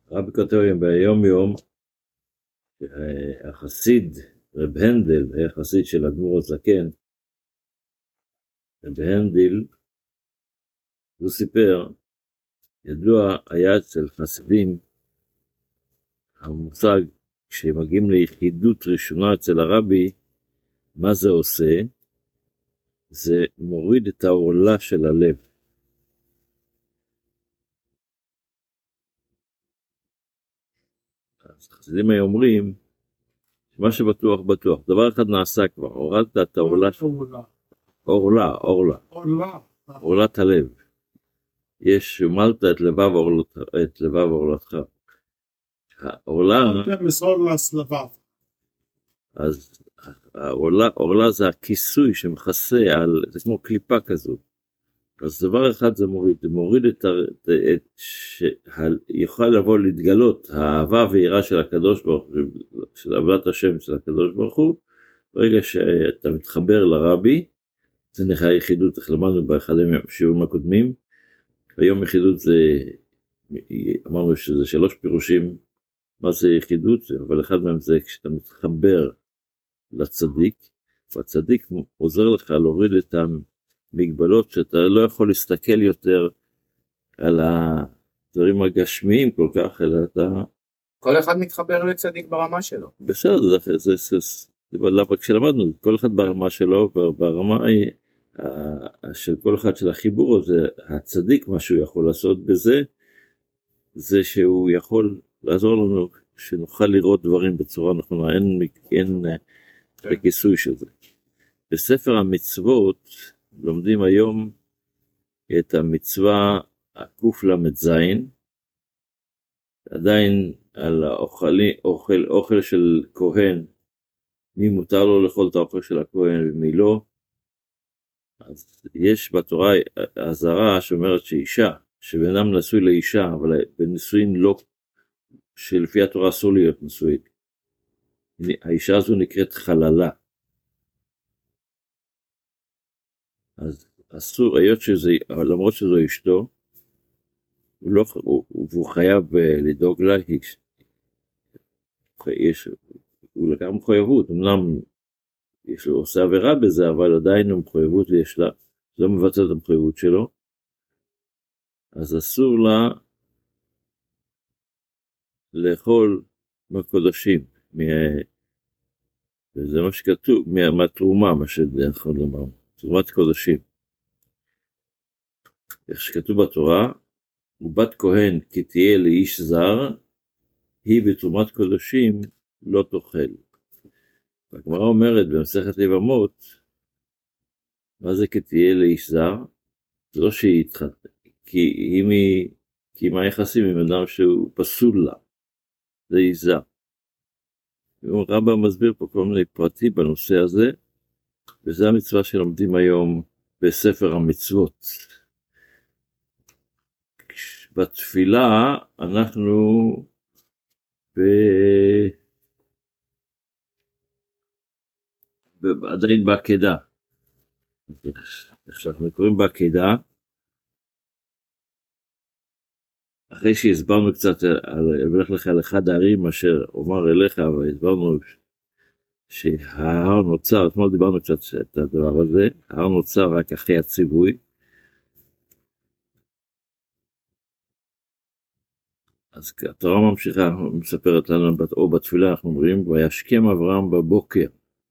רבי כותב ביום יום, החסיד רב הנדל, היה חסיד של אדמו"ר הזקן, רב הנדל, הוא סיפר, ידוע היה אצל חסידים, המושג, כשמגיעים ליחידות ראשונה אצל הרבי, מה זה עושה? זה מוריד את העורלה של הלב. אז חסידים היו אומרים, מה שבטוח בטוח, דבר אחד נעשה כבר, הורדת את העורלה, עורלת הלב. יש שומלת את לבב עורלתך. העורלה, אז העורלה זה הכיסוי שמכסה על, זה כמו קליפה כזו. אז דבר אחד זה מוריד יוכל לבוא להתגלות האהבה והיראה של הקדוש ברוך הוא, של עבודת השם של הקדוש ברוך הוא, ברגע שאתה מתחבר לרבי, זה נקרא יחידות, איך למדנו באחד השיעורים הקודמים, היום יחידות זה, אמרנו שזה 3 פירושים, מה זה יחידות, אבל אחד מהם זה כשאתה מתחבר לצדיק, והצדיק עוזר לך להוריד את המגבלות שאתה לא יכול להסתכל יותר על הדברים הגשמיים כל כך, אלא אתה... כל אחד מתחבר לצדיק ברמה שלו. בסדר, למה כשלמדנו, כל אחד ברמה שלו, ברמה של כל אחד של החיבור הזה, הצדיק מה שהוא יכול לעשות בזה, זה שהוא יכול לעזור לנו שנוכל לראות דברים בצורה נכונה, אין בכיסוי של זה. בספר המצוות לומדים היום את המצווה הקל"ז, עדיין על אוכל של כהן, מי מותר לו לאכול את האוכל של הכהן ומי לא. אז יש בתורה הזרה שאומרת שאישה, שבן אדם נשוי לאישה, אבל בנישואין לא, שלפי התורה אסור להיות נשואית. האישה הזו נקראת חללה. אז אסור, למרות שזו אשתו, הוא חייב לדאוג לה, הוא לקח מחויבות, אמנם הוא עושה עבירה בזה, אבל עדיין המחויבות יש לה, לא מבצע את המחויבות שלו, אז אסור לה לאכול מהקודשים, וזה מה שכתוב, מהתרומה, מה שיכול לומר, תרומת קודשים. איך שכתוב בתורה, ובת כהן כי תהיה לאיש זר, היא בתרומת קודשים לא תאכל. והגמרא אומרת במסכת יבמות, מה זה כי תהיה לאיש זר? זה לא שהיא התחתנה, כי מה היחסים עם אדם שהוא פסול לה, זה איש זר. רבא מסביר פה כל מיני פרטים בנושא הזה, וזה המצווה שלומדים היום בספר המצוות. בתפילה אנחנו עדיין בעקדה. עכשיו אנחנו קוראים בעקדה, אחרי שהסברנו קצת על אחד הערים אשר אומר אליך, והסברנו שההר נוצר, אתמול דיברנו קצת את הדבר הזה, ההר נוצר רק אחרי הציווי, אז התורה ממשיכה, מספרת לנו, או בתפילה אנחנו אומרים, וישכם אברהם בבוקר.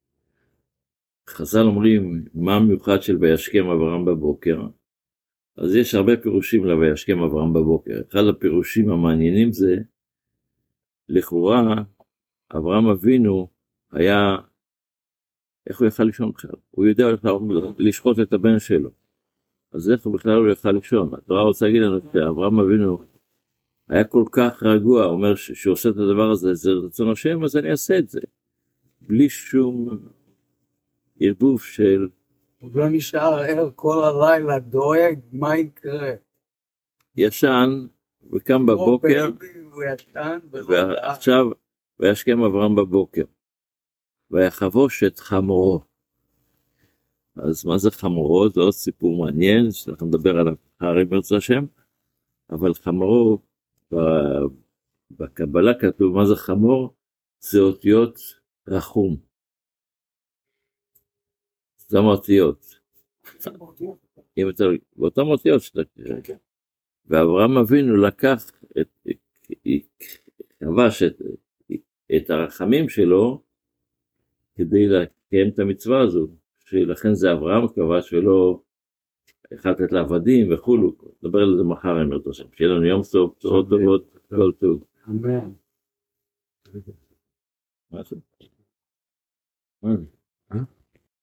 חז"ל אומרים, מה המיוחד של וישכם אברהם בבוקר? אז יש הרבה פירושים לוישכם אברהם בבוקר. אחד הפירושים המעניינים זה, לכאורה, אברהם אבינו היה, איך הוא יכל לישון בכלל? הוא יודע לשחוט את הבן שלו. אז איך הוא בכלל הוא יכל לישון? התורה רוצה להגיד לנו שאברהם אבינו היה כל כך רגוע, אומר שהוא עושה את הדבר הזה, זה רצון השם, אז אני אעשה את זה. בלי שום ערבוב של... הוא לא נשאר ער כל הלילה, דואג, מה יקרה? ישן, וקם בבוקר, ועכשיו, וישכם אברהם בבוקר, ויחבוש את חמורו. אז מה זה חמורו? זה עוד סיפור מעניין, שאנחנו נדבר עליו אחרי מרצה השם, אבל חמורו, בקבלה כתוב מה זה חמור? זה אותיות רחום. זה אותיות. אם אתה, באותם אותיות שאתה קרא. ואברהם אבינו לקח, כבש את הרחמים שלו, כדי לקיים את המצווה הזו, שלכן זה אברהם כבש ולא החלטת לעבדים וכולו. נדבר על זה מחר, אמרת השם. שיהיה לנו יום טוב, בשורות טובות, כל טוב. אמן. מה זה?